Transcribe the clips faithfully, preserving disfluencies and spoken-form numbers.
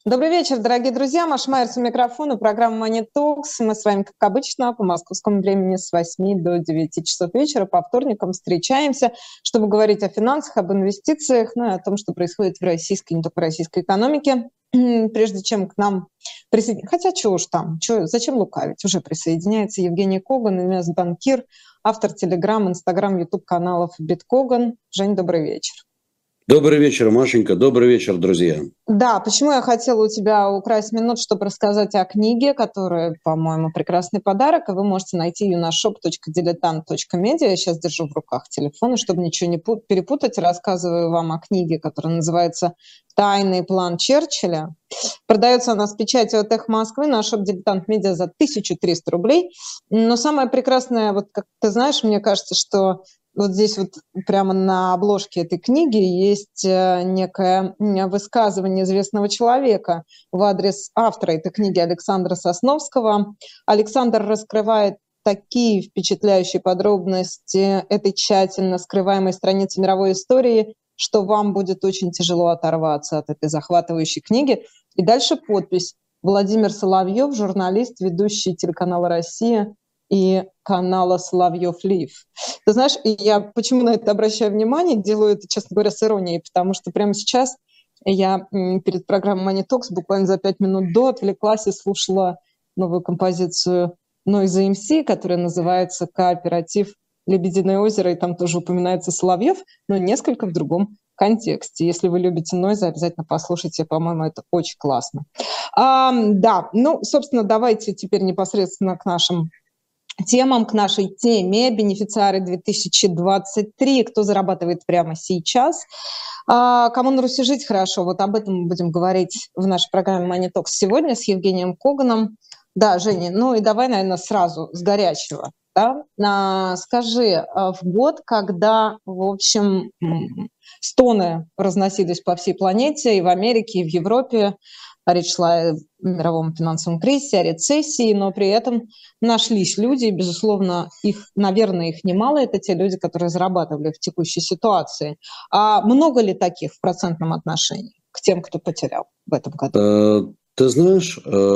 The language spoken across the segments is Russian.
Добрый вечер, дорогие друзья. Маша Майерс у микрофона, программа Money Talks. Мы с вами, как обычно, по московскому времени с восьми до девяти часов вечера по вторникам встречаемся, чтобы говорить о финансах, об инвестициях, ну и о том, что происходит в российской, не только российской экономике. Прежде чем к нам присоединиться, хотя чего уж там, чё, зачем лукавить, уже присоединяется Евгений Коган, инвестбанкир, автор Телеграм, Инстаграм, Ютуб каналов Биткоган. Жень, добрый вечер. Добрый вечер, Машенька. Добрый вечер, друзья. Да, почему я хотела у тебя украсть минут, чтобы рассказать о книге, которая, по-моему, прекрасный подарок, и вы можете найти ее на шоп точка дилетант точка медиа. Я сейчас держу в руках телефон, и чтобы ничего не перепутать, рассказываю вам о книге, которая называется «Тайный план Черчилля». Продается она с печатью от «Эхо Москвы» на шоп Дилетант Медиа за тысячу триста рублей. Но самое прекрасное, вот как ты знаешь, мне кажется, что вот здесь вот прямо на обложке этой книги есть некое высказывание известного человека в адрес автора этой книги Александра Сосновского. Александр раскрывает такие впечатляющие подробности этой тщательно скрываемой страницы мировой истории, что вам будет очень тяжело оторваться от этой захватывающей книги. И дальше подпись: Владимир Соловьев, журналист, ведущий телеканала «Россия» и канала «Соловьев Лив». Ты знаешь, я почему на это обращаю внимание, делаю это, честно говоря, с иронией, потому что прямо сейчас я перед программой Money Talks буквально за пять минут до отвлеклась и слушала новую композицию Noise эм си, которая называется «Кооператив Лебединое озеро», и там тоже упоминается Соловьев, но несколько в другом контексте. Если вы любите Noise, обязательно послушайте, по-моему, это очень классно. А, да, ну, собственно, давайте теперь непосредственно к нашим темам, к нашей теме «Бенефициары две тысячи двадцать три». Кто зарабатывает прямо сейчас? А, кому на Руси жить хорошо? Вот об этом мы будем говорить в нашей программе Money Talks сегодня с Евгением Коганом. Да, Женя, ну и давай, наверное, сразу с горячего. Да? А, скажи, в год, когда, в общем, стоны разносились по всей планете, и в Америке, и в Европе, речь шла о мировом финансовом кризисе, о рецессии, но при этом нашлись люди, безусловно, их, наверное, их немало, это те люди, которые зарабатывали в текущей ситуации. А много ли таких в процентном отношении к тем, кто потерял в этом году? Ты знаешь,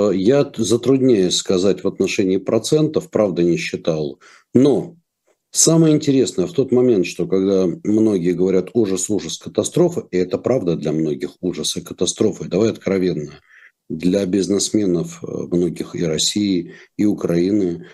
я затрудняюсь сказать в отношении процентов, правда не считал, но самое интересное в тот момент, что когда многие говорят ужас, ужас, катастрофа, и это правда для многих ужас и катастрофа, давай откровенно, для бизнесменов многих и России, и Украины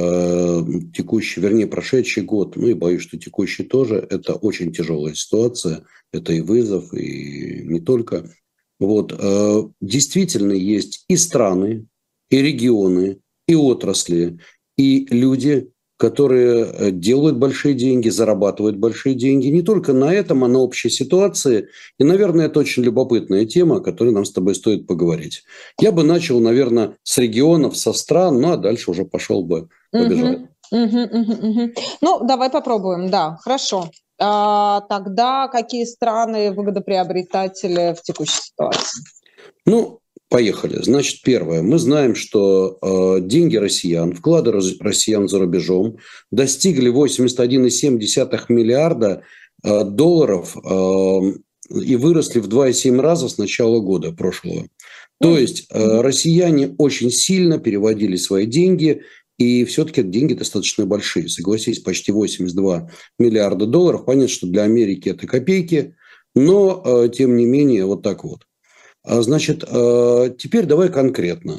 э, текущий, вернее, прошедший год, ну и боюсь, что текущий тоже, это очень тяжелая ситуация, это и вызов, и не только. Вот, э, действительно есть и страны, и регионы, и отрасли, и люди, которые делают большие деньги, зарабатывают большие деньги. Не только на этом, а на общей ситуации. И, наверное, это очень любопытная тема, о которой нам с тобой стоит поговорить. Я бы начал, наверное, с регионов, со стран, ну а дальше уже пошел бы, побежал. Угу, угу, угу, угу. Ну, давай попробуем, да, хорошо. А, тогда какие страны выгодоприобретатели в текущей ситуации? Ну, поехали. Значит, первое. Мы знаем, что э, деньги россиян, вклады россиян за рубежом достигли восемьдесят один целых семь десятых миллиарда э, долларов э, и выросли в два целых семь раза с начала года прошлого. То есть э, россияне очень сильно переводили свои деньги, и все-таки деньги достаточно большие. Согласись, почти восемьдесят два миллиарда долларов. Понятно, что для Америки это копейки, но э, тем не менее вот так вот. Значит, теперь давай конкретно.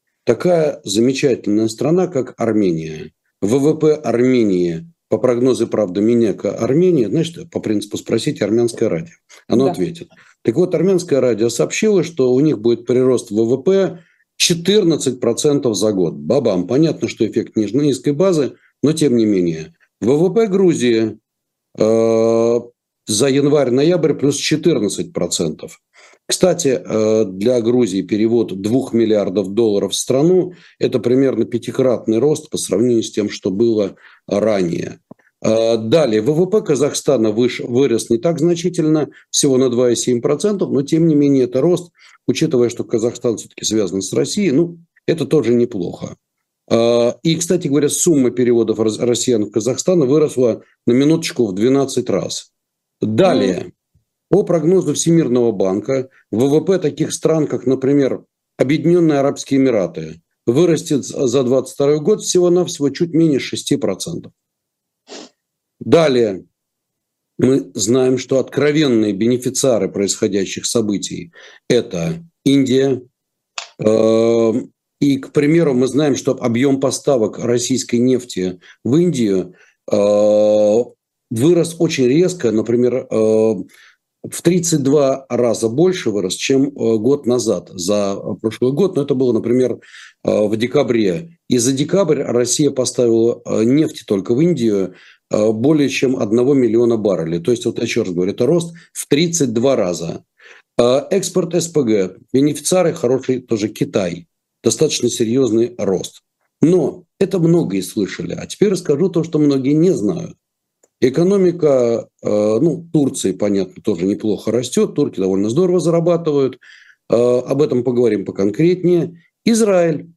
Такая замечательная страна, как Армения. ВВП Армении, по прогнозу, правда, Минека Армении, знаешь, по принципу спросить армянское радио. Оно да. ответит. Так вот, армянское радио сообщило, что у них будет прирост ВВП четырнадцать процентов за год. Бабам. Понятно, что эффект низкой базы, но тем не менее. ВВП Грузии э, за январь-ноябрь плюс четырнадцать процентов. Кстати, для Грузии перевод двух миллиардов долларов в страну – это примерно пятикратный рост по сравнению с тем, что было ранее. Далее, ВВП Казахстана выш, вырос не так значительно, всего на два целых семь десятых процента, но тем не менее это рост, учитывая, что Казахстан все-таки связан с Россией, ну, это тоже неплохо. И, кстати говоря, сумма переводов россиян в Казахстан выросла на минуточку в двенадцать раз. Далее. По прогнозу Всемирного банка, ВВП таких стран, как, например, Объединенные Арабские Эмираты, вырастет за двадцать второй год всего-навсего чуть менее шесть процентов. Далее мы знаем, что откровенные бенефициары происходящих событий – это Индия. И, к примеру, мы знаем, что объем поставок российской нефти в Индию вырос очень резко, например, в тридцать два раза больше вырос, чем год назад, за прошлый год. Но это было, например, в декабре. И за декабрь Россия поставила нефти только в Индию более чем одного миллиона баррелей. То есть, вот еще раз говорю, это рост в тридцать два раза. Экспорт СПГ, бенефициары хороший тоже Китай. Достаточно серьезный рост. Но это многие слышали. А теперь расскажу то, что многие не знают. Экономика, ну, Турции, понятно, тоже неплохо растет. Турки довольно здорово зарабатывают. Об этом поговорим поконкретнее. Израиль.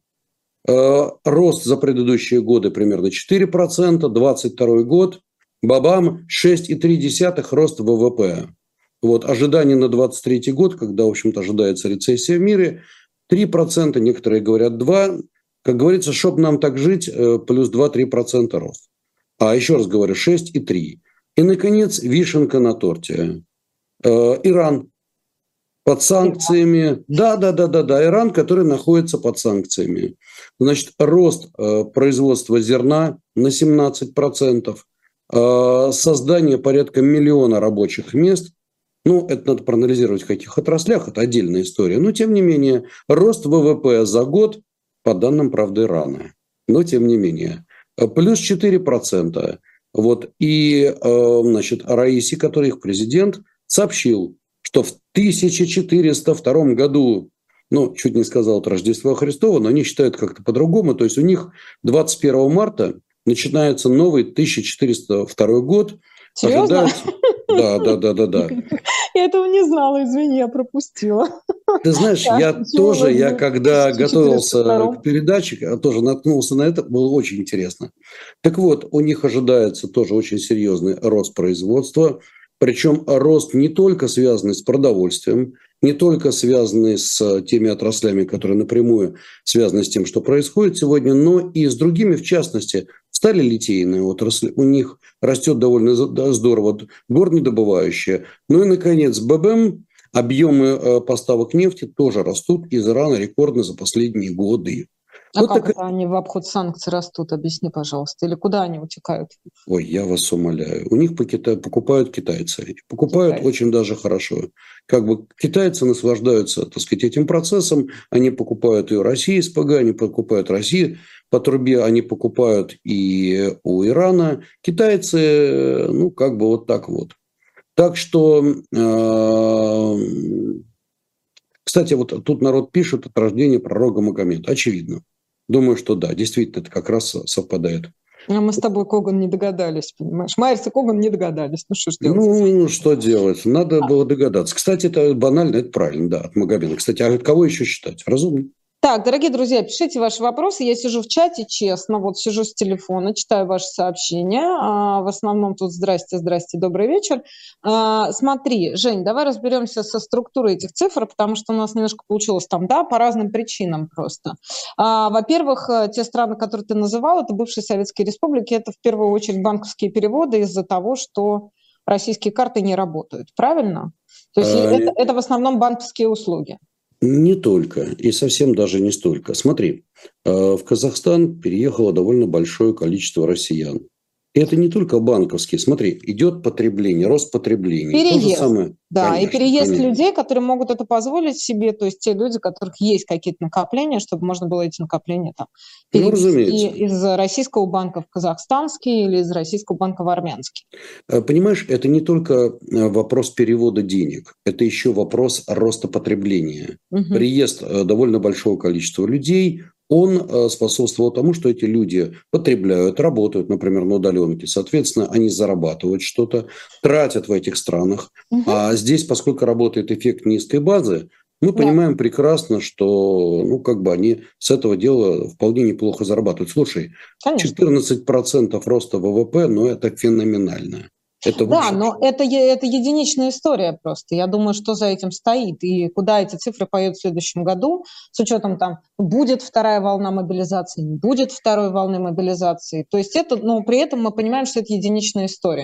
Рост за предыдущие годы примерно четыре процента. двадцать второй год. Бабам, шесть целых три десятых рост ВВП. Вот, ожидания на двадцать третий год, когда, в общем-то, ожидается рецессия в мире, три процента, некоторые говорят два процента. Как говорится, чтоб нам так жить, плюс два-три процента рост. А еще раз говорю, шесть целых три десятых. И, наконец, вишенка на торте. Э, Иран под санкциями. Да, да, да, да, да. Иран, который находится под санкциями. Значит, рост э, производства зерна на семнадцать процентов. Э, создание порядка миллиона рабочих мест. Ну, это надо проанализировать в каких отраслях, это отдельная история. Но, тем не менее, рост ВВП за год, по данным, правда, Ирана. Но, тем не менее, плюс четыре процента. Вот. И, значит, Раиси, который их президент, сообщил, что в тысяча четыреста втором году, ну, чуть не сказал от Рождества Христова, но они считают как-то по-другому. То есть у них двадцать первого марта начинается новый тысяча четыреста второй год. Серьезно? Ожидается... Да, да, да, да, да. Я этого не знала, извини, я пропустила. Ты знаешь, Так, я тоже, я когда готовился втором к передаче, тоже наткнулся на это, было очень интересно. Так вот, у них ожидается тоже очень серьезный рост производства, причем рост не только связанный с продовольствием, не только связанный с теми отраслями, которые напрямую связаны с тем, что происходит сегодня, но и с другими, в частности, сталелитейная отрасль у них растет довольно здорово, горнодобывающая. Ну и, наконец, ББМ, объемы поставок нефти тоже растут из Ирана рекордно за последние годы. А вот как такая... это они в обход санкций растут? Объясни, пожалуйста. Или куда они утекают? Ой, я вас умоляю. У них по Кита... покупают китайцы. Покупают Китай. Очень даже хорошо. Как бы китайцы наслаждаются, так сказать, этим процессом. Они покупают и у России СПГ, они покупают России по трубе, они покупают и у Ирана. Китайцы, ну, как бы вот так вот. Так что, кстати, вот тут народ пишет от рождения пророка Магомеда. Очевидно. Думаю, что да, действительно, это как раз совпадает. А мы с тобой, Коган, не догадались, понимаешь? Майерс и Коган не догадались. Ну, что ж делать? Ну, что делать? Надо а. было догадаться. Кстати, это банально, это правильно, да, от Магомеда. Кстати, а кого еще считать? Разумно. Так, дорогие друзья, пишите ваши вопросы. Я сижу в чате, честно, вот сижу с телефона, читаю ваши сообщения. А, в основном тут здрасте, здрасте, добрый вечер. А, смотри, Жень, давай разберемся со структурой этих цифр, потому что у нас немножко получилось там, да, по разным причинам просто. А, во-первых, те страны, которые ты называл, это бывшие советские республики, это в первую очередь банковские переводы из-за того, что российские карты не работают, правильно? То есть а, это, это в основном банковские услуги. Не только, и совсем даже не столько. Смотри, в Казахстан переехало довольно большое количество россиян. И это не только банковские. Смотри, идет потребление, рост потребления. Переезд. То же самое. Да, конечно, и переезд конечно. людей, которые могут это позволить себе, то есть те люди, у которых есть какие-то накопления, чтобы можно было эти накопления там перевести ну, из российского банка в казахстанский или из российского банка в армянский. Понимаешь, это не только вопрос перевода денег, это еще вопрос роста потребления. Угу. Приезд довольно большого количества людей, он способствовал тому, что эти люди потребляют, работают, например, на удаленке. Соответственно, они зарабатывают что-то, тратят в этих странах. Угу. А здесь, поскольку работает эффект низкой базы, мы понимаем да. прекрасно, что ну, как бы они с этого дела вполне неплохо зарабатывают. Слушай, Конечно. четырнадцать процентов роста ВВП, ну это феноменально. Это Да, вообще... но это, это единичная история просто. Я думаю, что за этим стоит и куда эти цифры поедут в следующем году, с учетом там, будет вторая волна мобилизации, не будет второй волны мобилизации. То есть это, но при этом мы понимаем, что это единичная история.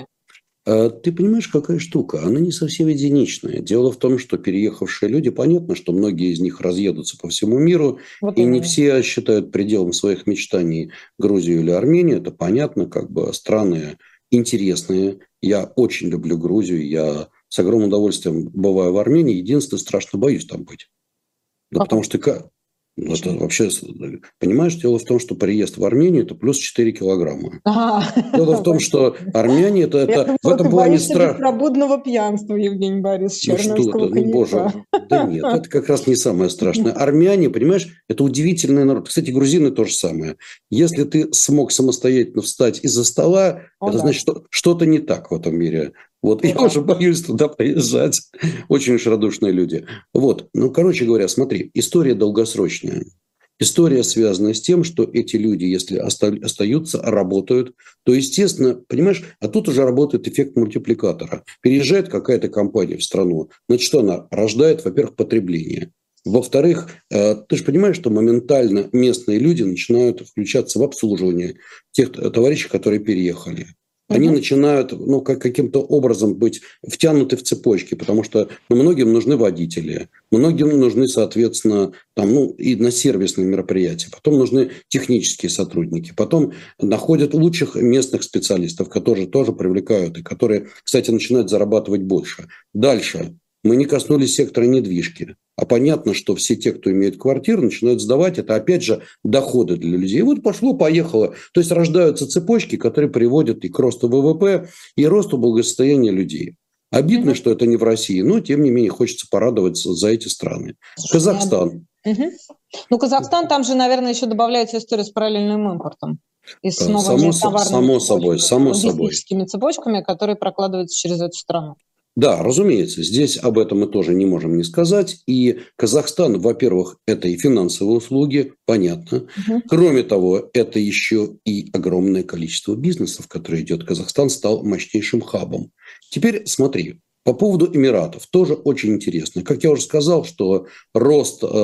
Ты понимаешь, какая штука? Она не совсем единичная. Дело в том, что переехавшие люди, понятно, что многие из них разъедутся по всему миру, вот и именно. Не все считают пределом своих мечтаний Грузию или Армению. Это понятно, как бы страны интересные. Я очень люблю Грузию, я с огромным удовольствием бываю в Армении. Единственное, страшно боюсь там быть. Да, потому что... Ну, это вообще, понимаешь, дело в том, что приезд в Армению – это плюс четыре килограмма. А-а-а. Дело в том, что армяне – это, это думала, в этом ты плане боишься страх. беспробудного пьянства, Евгений Борисович, Ну что-то, ну боже, да нет, это как раз не самое страшное. Армяне, понимаешь, это удивительный народ. Кстати, грузины то же самое. Если ты смог самостоятельно встать из-за стола, О, это да. значит, что что-то не так в этом мире. Вот, О, я да. уже боюсь туда приезжать. Очень уж радушные люди. Вот, ну, короче говоря, смотри, история долгосрочная. История связана с тем, что эти люди, если остаются, работают, то, естественно, понимаешь, а тут уже работает эффект мультипликатора. Переезжает какая-то компания в страну, значит, что она рождает, во-первых, потребление. Во-вторых, ты же понимаешь, что моментально местные люди начинают включаться в обслуживание тех товарищей, которые переехали. Они uh-huh. начинают ну, как, каким-то образом быть втянуты в цепочки, потому что ну, многим нужны водители, многим нужны, соответственно, там, ну, и на сервисные мероприятия, потом нужны технические сотрудники, потом находят лучших местных специалистов, которые тоже привлекают, и которые, кстати, начинают зарабатывать больше. Дальше. Мы не коснулись сектора недвижки. А понятно, что все те, кто имеет квартиры, начинают сдавать. Это, опять же, доходы для людей. И вот пошло-поехало. То есть рождаются цепочки, которые приводят и к росту ВВП, и росту благосостояния людей. Обидно, mm-hmm. что это не в России, но, тем не менее, хочется порадоваться за эти страны. Казахстан. Mm-hmm. Ну, Казахстан, там же, наверное, еще добавляется история с параллельным импортом. И с новыми само, товарными само собой, само логистическими собой. цепочками, которые прокладываются через эту страну. Да, разумеется, здесь об этом мы тоже не можем не сказать. И Казахстан, во-первых, это и финансовые услуги, понятно. Угу. Кроме того, это еще и огромное количество бизнесов, которое идет. Казахстан стал мощнейшим хабом. Теперь смотри, по поводу Эмиратов тоже очень интересно. Как я уже сказал, что рост э,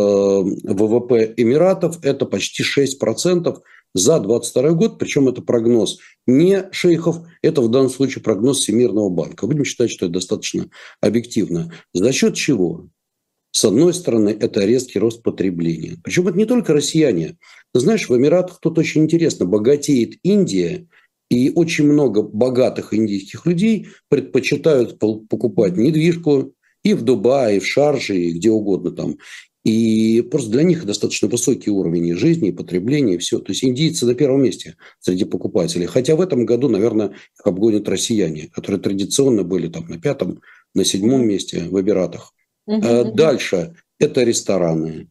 ВВП Эмиратов – это почти шесть процентов за двадцать второй год, причем это прогноз не шейхов, это в данном случае прогноз Всемирного банка. Будем считать, что это достаточно объективно. За счет чего? С одной стороны, это резкий рост потребления. Причем это не только россияне. Ты знаешь, в Эмиратах тут очень интересно, богатеет Индия, и очень много богатых индийских людей предпочитают покупать недвижку и в Дубае, и в Шарже, и где угодно там. И просто для них достаточно высокий уровень жизни, потребления, и все. То есть индийцы на первом месте среди покупателей. Хотя в этом году, наверное, их обгонят россияне, которые традиционно были там на пятом, на седьмом месте в Эмиратах. Uh-huh. Дальше это рестораны,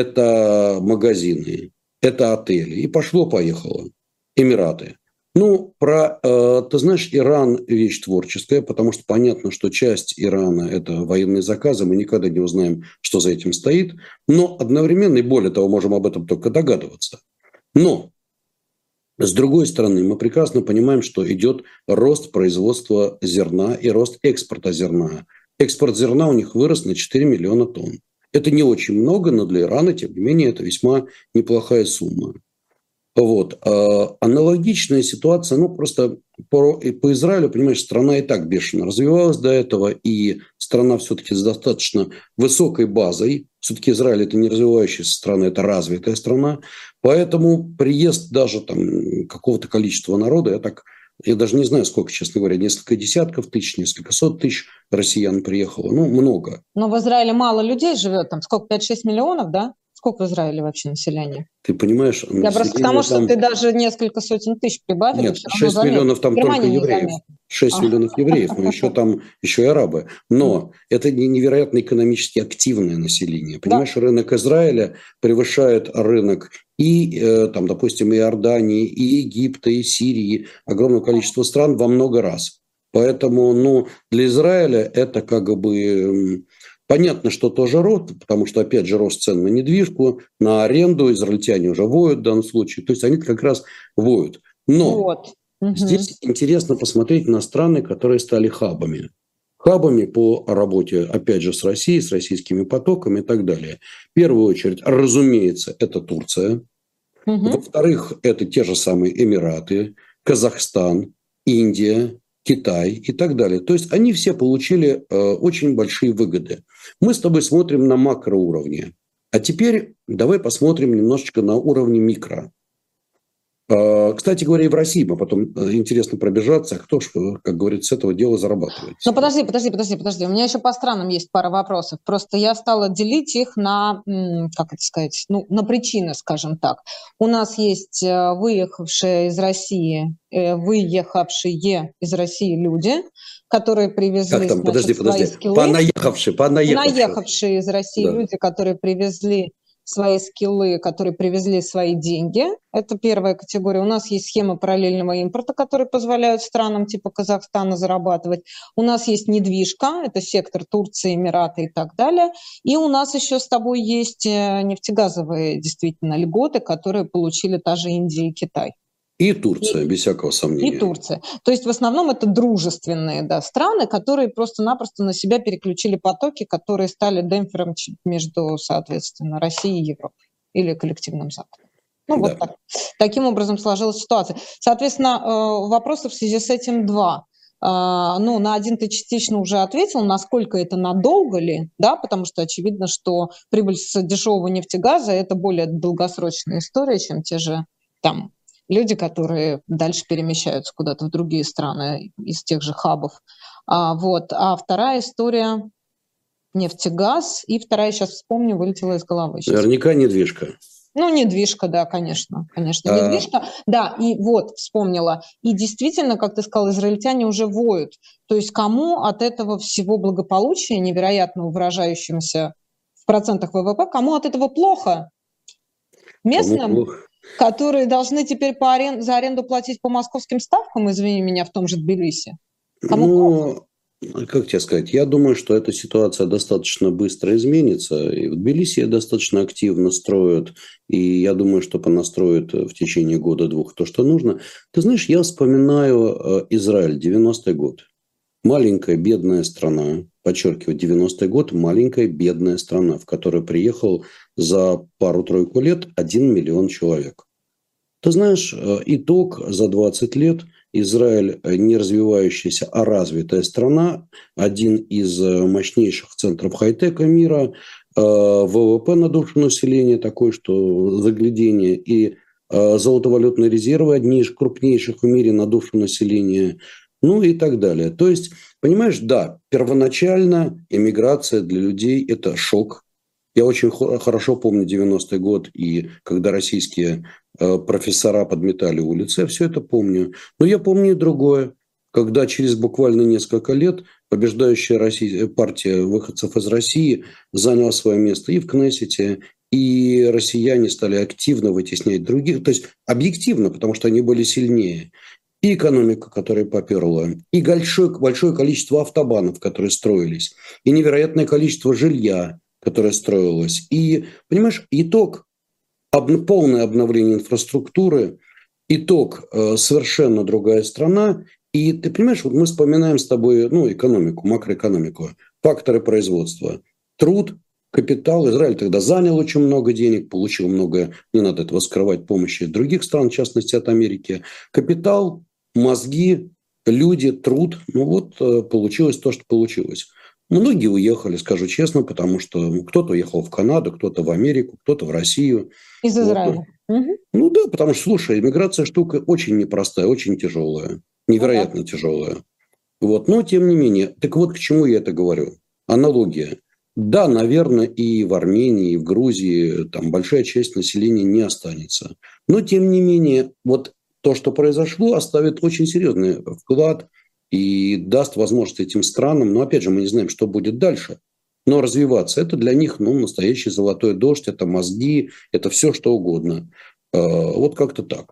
это магазины, это отели. И пошло-поехало. Эмираты. Ну, про, э, ты знаешь, Иран вещь творческая, потому что понятно, что часть Ирана – это военные заказы, мы никогда не узнаем, что за этим стоит, но одновременно, и более того, можем об этом только догадываться. Но, с другой стороны, мы прекрасно понимаем, что идет рост производства зерна и рост экспорта зерна. Экспорт зерна у них вырос на четыре миллиона тонн. Это не очень много, но для Ирана, тем не менее, это весьма неплохая сумма. Вот. А аналогичная ситуация, ну, просто по, по Израилю, понимаешь, страна и так бешено развивалась до этого, и страна все-таки с достаточно высокой базой. Все-таки Израиль – это не развивающаяся страна, это развитая страна. Поэтому приезд даже там какого-то количества народа, я так, я даже не знаю, сколько, честно говоря, несколько десятков тысяч, несколько сот тысяч россиян приехало, ну, много. Но в Израиле мало людей живет, там сколько, пять-шесть миллионов, да? Сколько в Израиле вообще населения? Ты понимаешь? Я просто к тому, что там... ты даже несколько сотен тысяч прибавил. Нет, шесть миллионов там только евреев. шесть миллионов евреев, но еще там еще и арабы. Но это невероятно экономически активное население. Понимаешь, да. Рынок Израиля превышает рынок и, там, допустим, и Иордании, и Египта, и Сирии, огромное количество стран во много раз. Поэтому, ну, для Израиля это как бы... Понятно, что тоже рост, потому что, опять же, рост цен на недвижку, на аренду, израильтяне уже воют в данном случае, то есть они как раз воют. Но вот. Угу. Здесь интересно посмотреть на страны, которые стали хабами. Хабами по работе, опять же, с Россией, с российскими потоками и так далее. В первую очередь, разумеется, это Турция. Угу. Во-вторых, это те же самые Эмираты, Казахстан, Индия, Китай и так далее. То есть они все получили э, очень большие выгоды. Мы с тобой смотрим на макроуровне. А теперь давай посмотрим немножечко на уровне микро. Кстати говоря, и в России мы потом интересно пробежаться, кто ж, как говорится, с этого дела зарабатывает. Ну, подожди, подожди, подожди, подожди. У меня еще по странам есть пара вопросов. Просто я стала делить их на, как это сказать, ну, на причины, скажем так. У нас есть выехавшие из России, выехавшие из России люди, которые привезли, как там? Значит, подожди, свои подожди. скиллы. Понаехавшие, понаехавшие. Наехавшие из России да. люди, которые привезли свои скиллы, которые привезли свои деньги. Это первая категория. У нас есть схемы параллельного импорта, которые позволяют странам типа Казахстана зарабатывать. У нас есть недвижка, это сектор Турции, Эмираты и так далее. И у нас еще с тобой есть нефтегазовые действительно льготы, которые получили та же Индия и Китай. И Турция, и, без всякого сомнения. И Турция. То есть в основном это дружественные да, страны, которые просто-напросто на себя переключили потоки, которые стали демпфером между, соответственно, Россией и Европой или коллективным Западом. Ну да. вот так. Таким образом сложилась ситуация. Соответственно, вопросов в связи с этим два. Ну, на один ты частично уже ответил, насколько это надолго ли, да, потому что очевидно, что прибыль с дешевого нефтегаза – это более долгосрочная история, чем те же там люди, которые дальше перемещаются куда-то в другие страны из тех же хабов. А, вот. а вторая история – нефтегаз. И вторая, сейчас вспомню, вылетела из головы. Сейчас. Наверняка недвижка. Ну, недвижка, да, конечно. Конечно, недвижка. А... Да, и вот, вспомнила. И действительно, как ты сказал, израильтяне уже воют. То есть кому от этого всего благополучия, невероятно выражающимся в процентах ВВП, кому от этого плохо? Местным? Кому плохо? Которые должны теперь по арен... за аренду платить по московским ставкам, извини меня, в том же Тбилиси? Кому ну, плохо? Как тебе сказать, я думаю, что эта ситуация достаточно быстро изменится. И в Тбилиси достаточно активно строят, и я думаю, что понастроят в течение года-двух то, что нужно. Ты знаешь, я вспоминаю Израиль, девяностый год. Маленькая бедная страна, подчеркиваю, девяностый год, маленькая бедная страна, в которую приехал за пару-тройку лет один миллион человек. Ты знаешь, итог за двадцать лет. Израиль не развивающаяся, а развитая страна, один из мощнейших центров хай-тека мира, ВВП на душу населения такой, что заглядение, и золотовалютные резервы одни из крупнейших в мире на душу населения, ну и так далее. То есть, понимаешь, да, первоначально эмиграция для людей – это шок. Я очень хорошо помню девяностый год, и когда российские профессора подметали улицы, я все это помню. Но я помню и другое, когда через буквально несколько лет побеждающая Россия, партия выходцев из России заняла свое место и в Кнессете, и россияне стали активно вытеснять других, то есть объективно, потому что они были сильнее. И экономика, которая поперла, и большое, большое количество автобанов, которые строились, и невероятное количество жилья, которое строилось. И, понимаешь, итог об, полное обновление инфраструктуры, итог э, совершенно другая страна. И ты понимаешь, вот мы вспоминаем с тобой ну, экономику, макроэкономику, факторы производства, труд, капитал. Израиль тогда занял очень много денег, получил много, не надо этого скрывать, помощи других стран, в частности от Америки. Капитал, мозги, люди, труд. Ну вот э, получилось то, что получилось. Многие уехали, скажу честно, потому что кто-то уехал в Канаду, кто-то в Америку, кто-то в Россию. Из вот. Израиля. Угу. Ну да, потому что, слушай, иммиграция штука очень непростая, очень тяжелая, невероятно ну, да. тяжелая. Вот. Но тем не менее, так вот к чему я это говорю. Аналогия. Да, наверное, и в Армении, и в Грузии там большая часть населения не останется. Но тем не менее, вот то, что произошло, оставит очень серьезный вклад и даст возможность этим странам, но опять же мы не знаем, что будет дальше, но развиваться. Это для них ну, настоящий золотой дождь, это мозги, это все что угодно. Вот как-то так.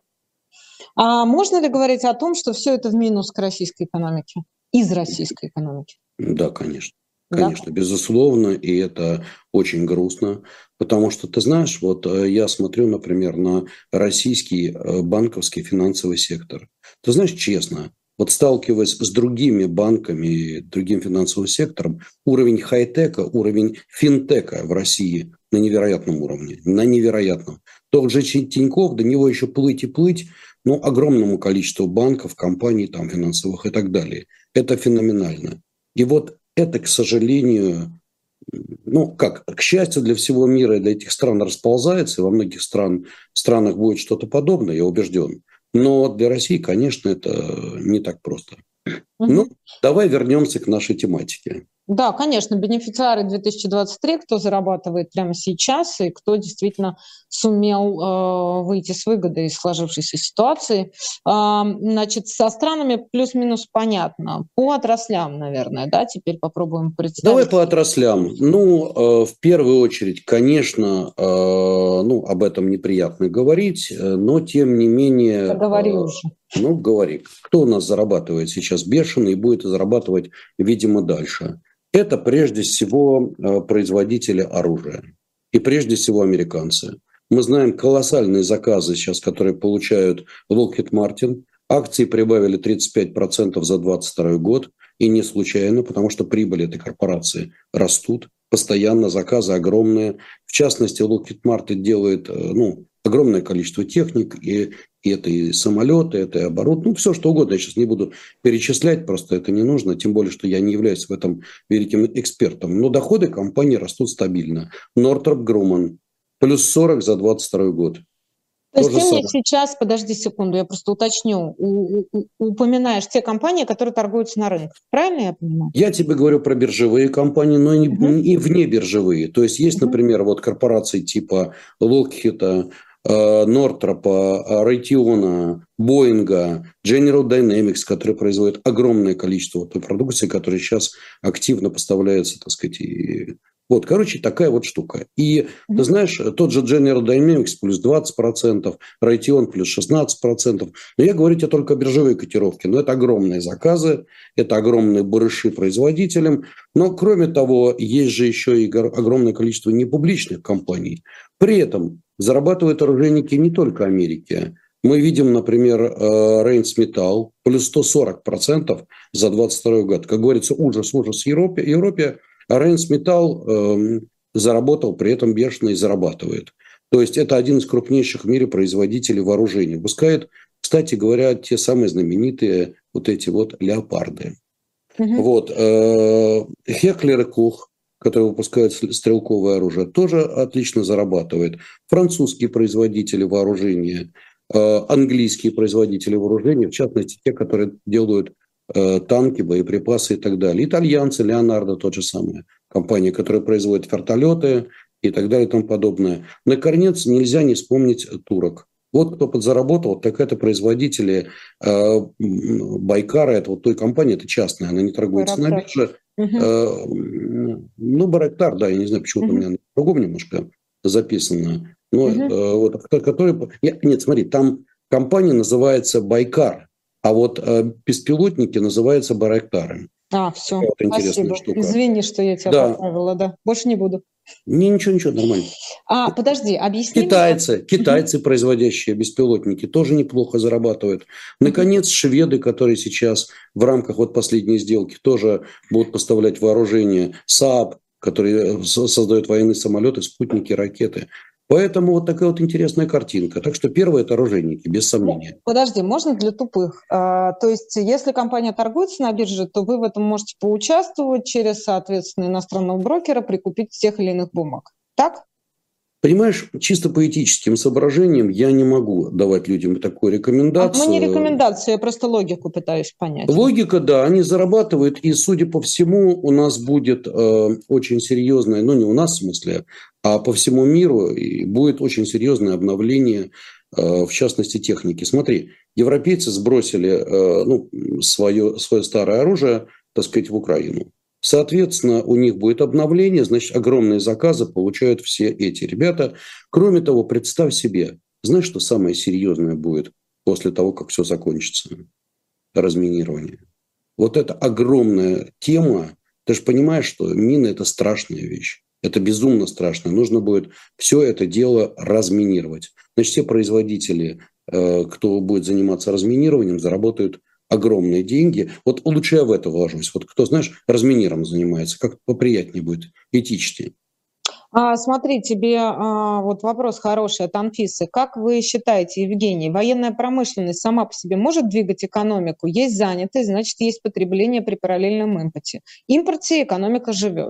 А можно ли говорить о том, что все это в минус к российской экономике? Из российской экономики? Да, конечно. Конечно, да. Безусловно, и это очень грустно, потому что, ты знаешь, вот я смотрю, например, на российский банковский финансовый сектор. Ты знаешь, честно, вот сталкиваясь с другими банками, другим финансовым сектором, уровень хай-тека, уровень финтека в России на невероятном уровне, на невероятном. Тот же Тинькофф, до него еще плыть и плыть, но огромному количеству банков, компаний там, финансовых и так далее. Это феноменально. И вот это, к сожалению, ну как, к счастью для всего мира и для этих стран расползается, и во многих стран, странах будет что-то подобное, я убежден. Но для России, конечно, это не так просто. Угу. Ну, давай вернемся к нашей тематике. Да, конечно, бенефициары две тысячи двадцать три, кто зарабатывает прямо сейчас и кто действительно сумел э, выйти с выгодой из сложившейся ситуации. Э, значит, со странами плюс-минус понятно. По отраслям, наверное, да, теперь попробуем представить. Давай по отраслям. Ну, э, в первую очередь, конечно, э, ну, об этом неприятно говорить, но тем не менее... Говори э, уже. Ну, говори. Кто у нас зарабатывает сейчас бешено и будет зарабатывать, видимо, дальше? Это прежде всего производители оружия. И прежде всего американцы. Мы знаем колоссальные заказы сейчас, которые получают Lockheed Martin. Акции прибавили тридцать пять процентов за двадцать второй год. И не случайно, потому что прибыли этой корпорации растут. Постоянно заказы огромные. В частности, Lockheed Martin делает ну, огромное количество техник. И, и это и самолеты, это и оборудование. Ну, все что угодно. Я сейчас не буду перечислять, просто это не нужно. Тем более, что я не являюсь в этом великим экспертом. Но доходы компании растут стабильно. Northrop Grumman плюс сорок за двадцать второй год. То есть ты мне сейчас, подожди секунду, я просто уточню, у, у, упоминаешь те компании, которые торгуются на рынке. Правильно я понимаю? Я тебе говорю про биржевые компании, но и, uh-huh. и вне биржевые. То есть есть, uh-huh. например, вот корпорации типа Lockheed, Нортропа, Райтиона, Боинга, General Dynamics, которые производят огромное количество той продукции, которая сейчас активно поставляется, так сказать, и... Вот, короче, такая вот штука. И, mm-hmm. ты знаешь, тот же General Dynamics плюс двадцать процентов, Raytheon плюс шестнадцать процентов. Но я говорю тебе только о биржевой котировке. Но это огромные заказы, это огромные барыши производителям. Но, кроме того, есть же еще и огромное количество непубличных компаний. При этом зарабатывают оружейники не только Америки. Мы видим, например, Rheinmetall плюс сто сорок процентов за двадцать второй год. Как говорится, ужас, ужас в Европе. Европе А Rheinmetall э, заработал, при этом бешено и зарабатывает. То есть это один из крупнейших в мире производителей вооружений. Выпускает, кстати говоря, те самые знаменитые вот эти вот леопарды. Mm-hmm. Вот. Э, Heckler и Koch, который выпускает стрелковое оружие, тоже отлично зарабатывает. Французские производители вооружения, э, английские производители вооружения, в частности, те, которые делают танки, боеприпасы и так далее. Итальянцы, Леонардо, тот же самый, компания, которая производит вертолеты и так далее и тому подобное. Наконец, нельзя не вспомнить турок. Вот кто подзаработал, так это производители э, Байкара, это вот той компании, это частная, она не торгуется Байрактар. На бирже. Угу. Э, ну, Байрактар, да, я не знаю, почему-то угу. у меня по-другому немножко записано. Но, угу. э, вот, который... Нет, смотри, там компания называется Байкар. А вот э, беспилотники называются Байрактары. А, все, вот спасибо. Штука. Извини, что я тебя да. поправила, да. Больше не буду. Не, ничего, ничего, нормально. А, подожди, объясни. Китайцы, мне... китайцы, производящие беспилотники, тоже неплохо зарабатывают. Наконец, шведы, которые сейчас в рамках вот последней сделки тоже будут поставлять вооружение, Saab, который создает военные самолеты, спутники, ракеты. Поэтому вот такая вот интересная картинка. Так что первое – это оружейники, без сомнения. Подожди, можно для тупых? А, то есть, если компания торгуется на бирже, то вы в этом можете поучаствовать через, соответственно, иностранного брокера, прикупить тех или иных бумаг. Так? Понимаешь, чисто по этическим соображениям я не могу давать людям такую рекомендацию. А, ну, не рекомендацию, я просто логику пытаюсь понять. Логика, да, они зарабатывают, и, судя по всему, у нас будет э, очень серьезное, ну, не у нас в смысле, а по всему миру и будет очень серьезное обновление, э, в частности, техники. Смотри, европейцы сбросили э, ну, свое, свое старое оружие, так сказать, в Украину. Соответственно, у них будет обновление, значит, огромные заказы получают все эти ребята. Кроме того, представь себе, знаешь, что самое серьезное будет после того, как все закончится? Разминирование. Вот это огромная тема, Ты же понимаешь, что мины – это страшная вещь. Это безумно страшно. Нужно будет все это дело разминировать. Значит, все производители, кто будет заниматься разминированием, заработают огромные деньги. Вот лучше я в это вложусь. Вот кто, знаешь, разминированием занимается, как поприятнее будет, этичнее. А, смотри, тебе а, вот вопрос хороший от Анфисы. Как вы считаете, Евгений, военная промышленность сама по себе может двигать экономику? Есть занятость, значит, есть потребление при параллельном импорте. Импорте экономика живет.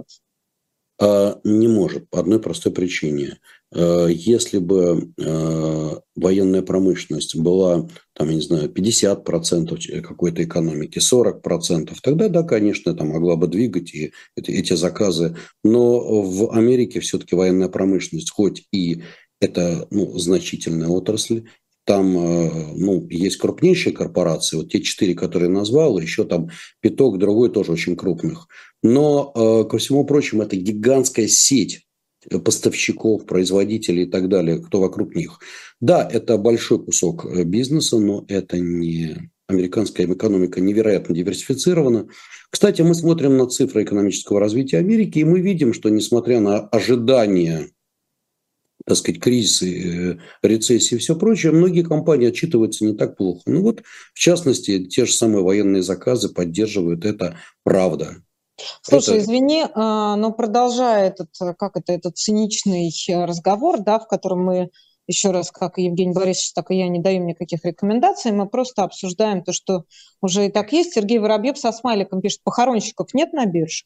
Не может, по одной простой причине. Если бы военная промышленность была, там, я не знаю, пятьдесят процентов какой-то экономики, сорок процентов, тогда, да, конечно, это могла бы двигать и эти, эти заказы. Но в Америке все-таки военная промышленность, хоть и это, ну, значительная отрасль, там, ну, есть крупнейшие корпорации, вот те четыре, которые назвал, еще там пяток, другой тоже очень крупных. Но, ко всему прочему, это гигантская сеть поставщиков, производителей и так далее, кто вокруг них. Да, это большой кусок бизнеса, но это не... Американская экономика невероятно диверсифицирована. Кстати, мы смотрим на цифры экономического развития Америки, и мы видим, что несмотря на ожидания, так сказать, кризисы, рецессии и все прочее, многие компании отчитываются не так плохо. Ну вот, в частности, те же самые военные заказы поддерживают это, правда. Слушай, это... извини, но продолжая этот, как это, этот циничный разговор, да, в котором мы, еще раз, как и Евгений Борисович, так и я, не даем никаких рекомендаций, мы просто обсуждаем то, что уже и так есть. Сергей Воробьев со смайликом пишет, похоронщиков нет на бирже?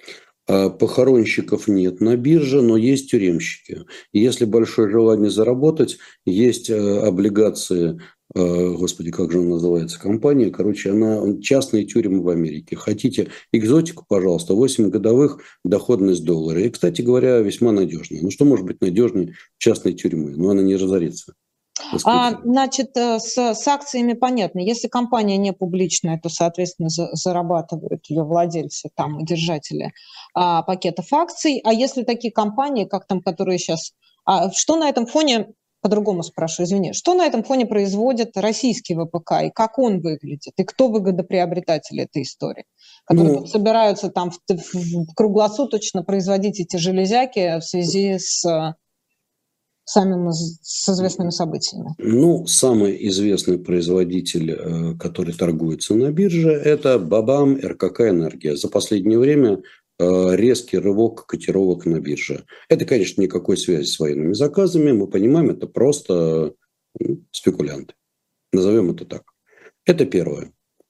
Похоронщиков нет на бирже, но есть тюремщики. И если большое желание заработать, есть облигации, господи, как же она называется, компания, короче, она частные тюрьмы в Америке. Хотите экзотику, пожалуйста, восемь годовых, доходность доллара. И, кстати говоря, весьма надежная. Ну, что может быть надежнее частной тюрьмы? Ну, она не разорится. А, значит, с, с акциями понятно. Если компания не публичная, то, соответственно, за, зарабатывают ее владельцы там, и держатели а, пакетов акций. А если такие компании, как там, которые сейчас... А, что на этом фоне, по-другому спрошу, извини, что на этом фоне производит российский ВПК, и как он выглядит, и кто выгодоприобретатели этой истории, которые ну, собираются там в, в, круглосуточно производить эти железяки в связи с... самыми с известными событиями? Ну, самый известный производитель, который торгуется на бирже, это БАБАМ, РКК «Энергия». За последнее время резкий рывок котировок на бирже. Это, конечно, никакой связи с военными заказами. Мы понимаем, это просто спекулянты. Назовем это так. Это первое.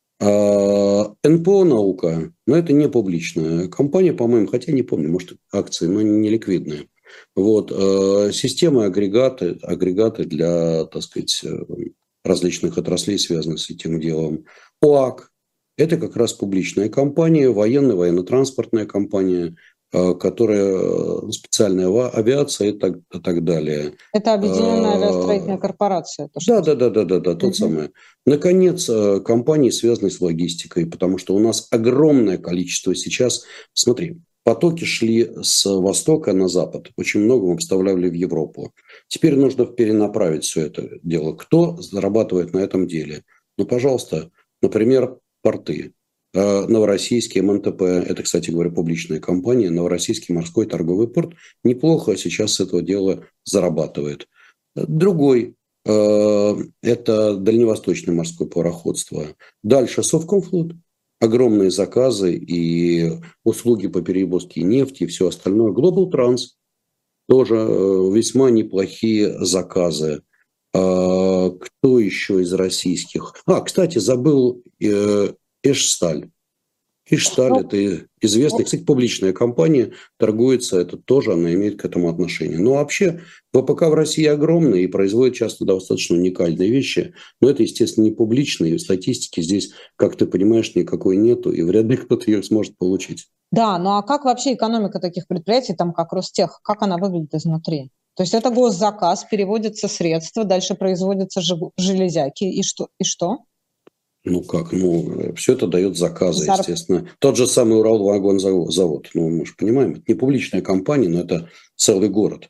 эн пэ о «Наука», но это не публичная компания, по-моему, хотя не помню, может, акции, но не ликвидные. Вот, э, системы, агрегаты, агрегаты для, так сказать, различных отраслей, связанных с этим делом. ОАК – это как раз публичная компания, военная, военно-транспортная компания, э, которая специальная авиация и так, и так далее. Это Объединенная авиастроительная корпорация. Да, да, да, да, да, да, тот угу. самый. Наконец, компании, связанные с логистикой, потому что у нас огромное количество сейчас, смотри, потоки шли с востока на запад. Очень много мы поставляли в Европу. Теперь нужно перенаправить все это дело. Кто зарабатывает на этом деле? Ну, пожалуйста, например, порты. Новороссийский эм эн тэ пэ, это, кстати говоря, публичная компания, Новороссийский морской торговый порт неплохо сейчас с этого дела зарабатывает. Другой – это Дальневосточное морское пароходство. Дальше Совкомфлот. Огромные заказы и услуги по перевозке нефти и все остальное. Global Trans тоже весьма неплохие заказы. Кто еще из российских? А, кстати, забыл Ижсталь. Ижсталь – это известная, кстати, публичная компания, торгуется, это тоже она имеет к этому отношение. Но вообще ВПК в России огромный и производит часто достаточно уникальные вещи, но это, естественно, не публично, и статистики здесь, как ты понимаешь, никакой нету, и вряд ли кто-то ее сможет получить. Да, ну а как вообще экономика таких предприятий, там как Ростех, как она выглядит изнутри? То есть это госзаказ, переводятся средства, дальше производятся железяки, и что? И что? Ну как, ну все это дает заказы, Зарп... естественно. Тот же самый Уралвагонзавод, ну мы же понимаем, это не публичная компания, но это целый город.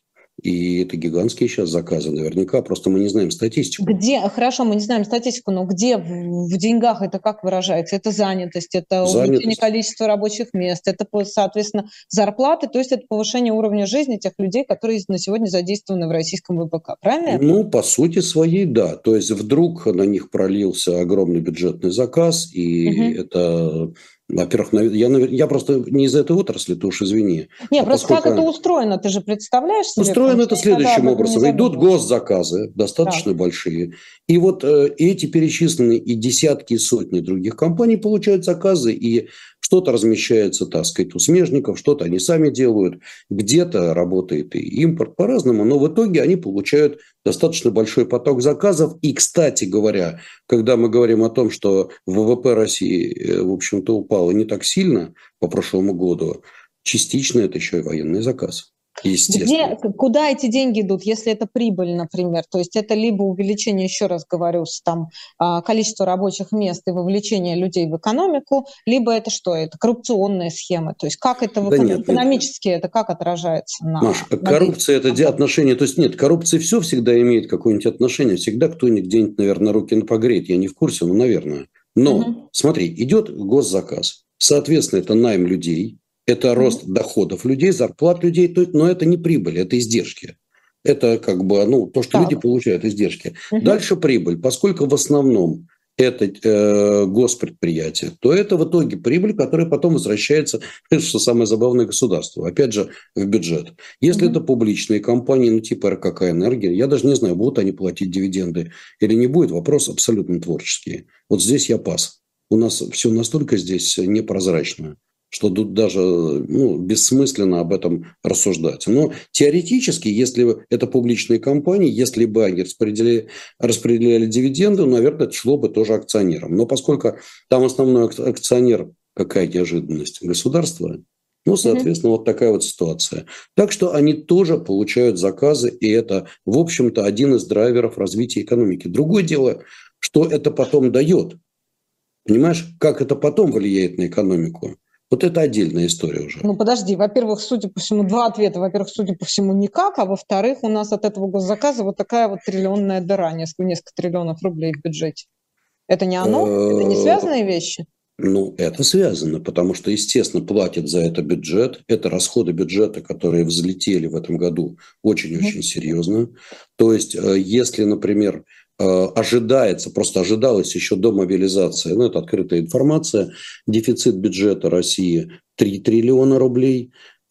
И это гигантские сейчас заказы, наверняка, просто мы не знаем статистику. Где, хорошо, мы не знаем статистику, но где в, в деньгах это как выражается? Это занятость, это увеличение Занятость. количества рабочих мест, это, соответственно, зарплаты, то есть это повышение уровня жизни тех людей, которые на сегодня задействованы в российском ВПК, правильно? Ну, по сути своей, да. То есть вдруг на них пролился огромный бюджетный заказ, и угу. это... Во-первых, я, я просто не из этой отрасли, ты уж извини. Не, а просто поскольку... как это устроено, ты же представляешь себе? Устроено это следующим образом. Идут госзаказы, достаточно так. большие. И вот э, эти перечисленные и десятки, и сотни других компаний получают заказы, и что-то размещается, так сказать, у смежников, что-то они сами делают. Где-то работает и импорт по-разному, но в итоге они получают достаточно большой поток заказов. И, кстати говоря, когда мы говорим о том, что ВВП России, в общем-то, упало не так сильно по прошлому году, частично это еще и военный заказ. Где, куда эти деньги идут, если это прибыль, например? То есть это либо увеличение, еще раз говорю, там, количества рабочих мест и вовлечение людей в экономику, либо это что? Это коррупционная схема. То есть как это да нет, экономически нет. Это как отражается на... Маш, на коррупция – это где отношения? То есть нет, коррупция все всегда имеет какое-нибудь отношение. Всегда кто-нибудь где-нибудь, наверное, руки погреет. Я не в курсе, но, наверное. Но, угу. смотри, идет госзаказ. Соответственно, это найм людей. Это рост mm-hmm. доходов людей, зарплат людей, но это не прибыль, это издержки. Это как бы ну, то, что так. люди получают, издержки. Mm-hmm. Дальше прибыль. Поскольку в основном это э, госпредприятие, то это в итоге прибыль, которая потом возвращается, что самое забавное, государству. Опять же, в бюджет. Если mm-hmm. это публичные компании, ну типа РКК «Энергия», я даже не знаю, будут они платить дивиденды или не будет. Вопрос абсолютно творческий. Вот здесь я пас. У нас все настолько здесь непрозрачно, что тут даже ну, бессмысленно об этом рассуждать. Но теоретически, если это публичные компании, если бы они распределяли, распределяли дивиденды, наверное, это шло бы тоже акционерам. Но поскольку там основной акционер, какая неожиданность, государство, ну, соответственно, mm-hmm. вот такая вот ситуация. Так что они тоже получают заказы, и это, в общем-то, один из драйверов развития экономики. Другое дело, что это потом дает. Понимаешь, как это потом влияет на экономику? Вот это отдельная история уже. Ну, подожди. Во-первых, судя по всему, два ответа. Во-первых, судя по всему, никак. А во-вторых, у нас от этого госзаказа вот такая вот триллионная дыра. Несколько, несколько триллионов рублей в бюджете. Это не оно? Это не связанные вещи? Ну, это связано, потому что, естественно, платит за это бюджет. Это расходы бюджета, которые взлетели в этом году очень-очень mm-hmm. серьезно. То есть, если, например, ожидается, просто ожидалось еще до мобилизации, ну, это открытая информация, дефицит бюджета России три триллиона рублей.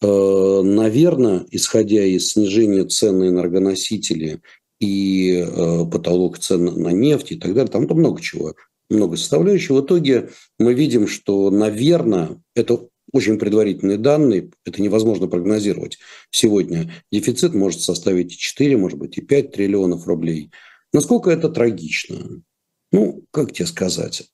Наверное, исходя из снижения цен на энергоносители и потолок цен на нефть и так далее, там-то много чего, много составляющих. В итоге мы видим, что, наверное, это очень предварительные данные, это невозможно прогнозировать. Сегодня дефицит может составить и четыре, может быть, и пять триллионов рублей. Насколько это трагично? Ну, как тебе сказать?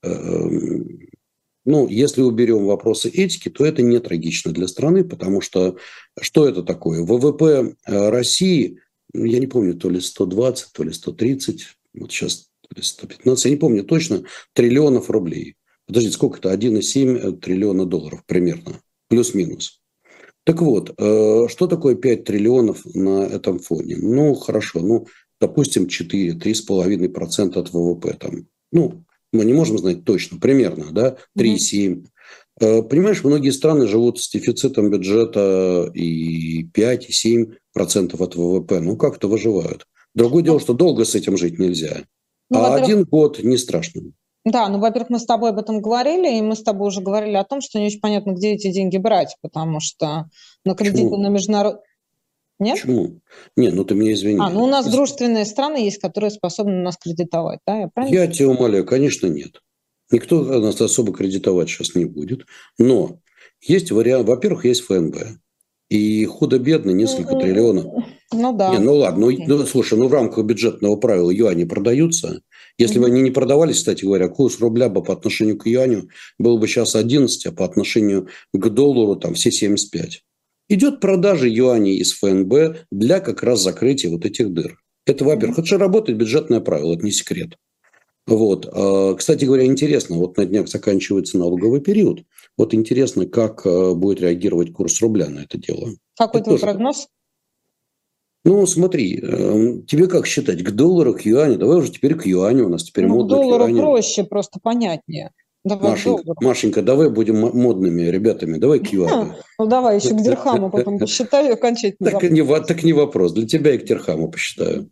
Ну, если уберем вопросы этики, то это не трагично для страны, потому что что это такое? ВВП России, я не помню, то ли сто двадцать, то ли сто тридцать, вот сейчас то ли сто пятнадцать, я не помню точно, триллионов рублей. Подождите, сколько это? один и семь триллиона долларов примерно, плюс-минус. Так вот, что такое пять триллионов на этом фоне? Ну, хорошо, ну, допустим, четыре, три с половиной процента от ВВП. Там. Ну, мы не можем знать точно, примерно, да, три и семь. Mm-hmm. Понимаешь, многие страны живут с дефицитом бюджета и пять и семь процентов от ВВП. Ну, как-то выживают. Другое дело, что долго с этим жить нельзя. Ну, а один год не страшно. Да, ну, во-первых, мы с тобой об этом говорили, и мы с тобой уже говорили о том, что не очень понятно, где эти деньги брать, потому что на кредиты Почему? на международный... Нет? Почему? Не, ну ты меня извини. А, ну у нас дружественные страны есть, которые способны нас кредитовать, да? Я, правильно? Я тебя умоляю, конечно, нет. Никто нас особо кредитовать сейчас не будет. Но есть вариант. Во-первых, есть ФНБ. И худо-бедно несколько mm-hmm. триллионов. Ну да. Не, ну ладно, ну, ну слушай, ну в рамках бюджетного правила юани продаются. Если mm-hmm. бы они не продавались, кстати говоря, курс рубля бы по отношению к юаню был бы сейчас одиннадцать, а по отношению к доллару там все семьдесят пять. Идет продажа юаней из ФНБ для как раз закрытия вот этих дыр. Это, во-первых, mm-hmm. это же работает бюджетное правило, это не секрет. Вот. Кстати говоря, интересно, вот на днях заканчивается налоговый период. Вот интересно, как будет реагировать курс рубля на это дело. Какой это твой тоже... прогноз? Ну, смотри, тебе как считать, к доллару, к юаню? Давай уже теперь к юаню, у нас теперь Ну, к модно к доллару юаню. проще, просто понятнее. Давай к Машенька, доллару. Машенька, давай будем модными ребятами, давай к юаню. Ну, давай еще к дирхаму потом посчитаю и окончательно Так не, так не вопрос, для тебя и к дирхаму посчитаю.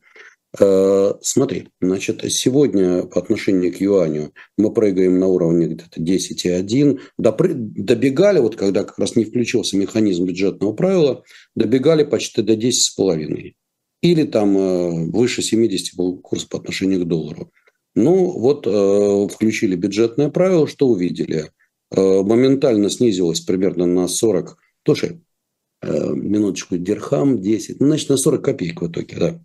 Смотри, значит, сегодня по отношению к юаню мы прыгаем на уровне где-то десять и один. Добегали, вот когда как раз не включился механизм бюджетного правила, добегали почти до десять с половиной. Или там выше семидесяти был курс по отношению к доллару. Ну, вот включили бюджетное правило, что увидели? Моментально снизилось примерно на сорок, слушай, минуточку, дирхам десять, ну, значит, на сорок копеек в итоге, да.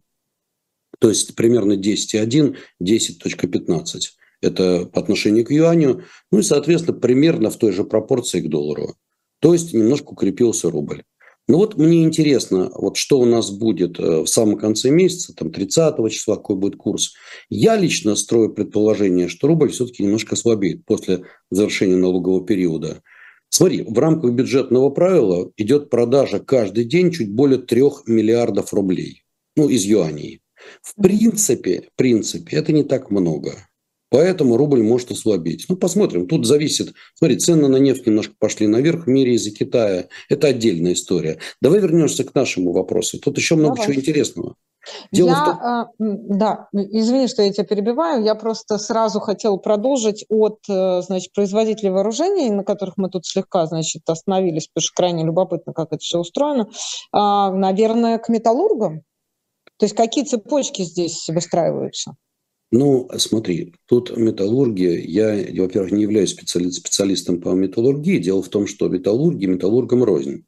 То есть примерно десять и один, десять целых пятнадцать. Это по отношению к юаню. Ну и, соответственно, примерно в той же пропорции к доллару. То есть немножко укрепился рубль. Ну вот мне интересно, вот что у нас будет в самом конце месяца, там тридцатого числа, какой будет курс. Я лично строю предположение, что рубль все-таки немножко слабеет после завершения налогового периода. Смотри, в рамках бюджетного правила идет продажа каждый день чуть более трех миллиардов рублей. Ну, из юаней. В принципе, в принципе, это не так много. Поэтому рубль может ослабеть. Ну, посмотрим. Тут зависит. Смотри, цены на нефть немножко пошли наверх в мире из-за Китая. Это отдельная история. Давай вернемся к нашему вопросу. Тут еще много Давай. чего интересного. Дело я, в том... Да, извини, что я тебя перебиваю. Я просто сразу хотела продолжить от, значит, производителей вооружений, на которых мы тут слегка, значит, остановились, потому что крайне любопытно, как это все устроено. Наверное, к металлургам. То есть какие цепочки здесь выстраиваются? Ну, смотри, тут металлургия, я, во-первых, не являюсь специалистом по металлургии. Дело в том, что металлурги металлургам рознь.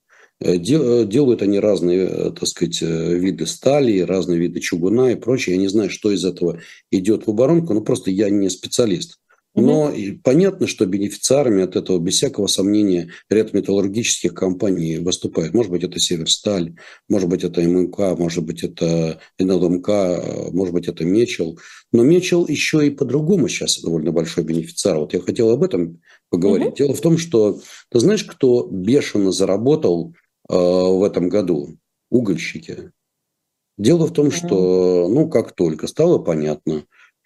Делают они разные, так сказать, виды стали, разные виды чугуна и прочее. Я не знаю, что из этого идет в оборонку, но просто я не специалист. Но угу. понятно, что бенефициарами от этого, без всякого сомнения, ряд металлургических компаний выступает. Может быть, это Северсталь, может быть, это ММК, может быть, это эн эл эм ка, может быть, это Мечел. Но Мечел еще и по-другому сейчас довольно большой бенефициар. Вот я хотел об этом поговорить. Угу. Дело в том, что ты знаешь, кто бешено заработал э, в этом году? Угольщики. Дело в том, что, ну, как только стало понятно,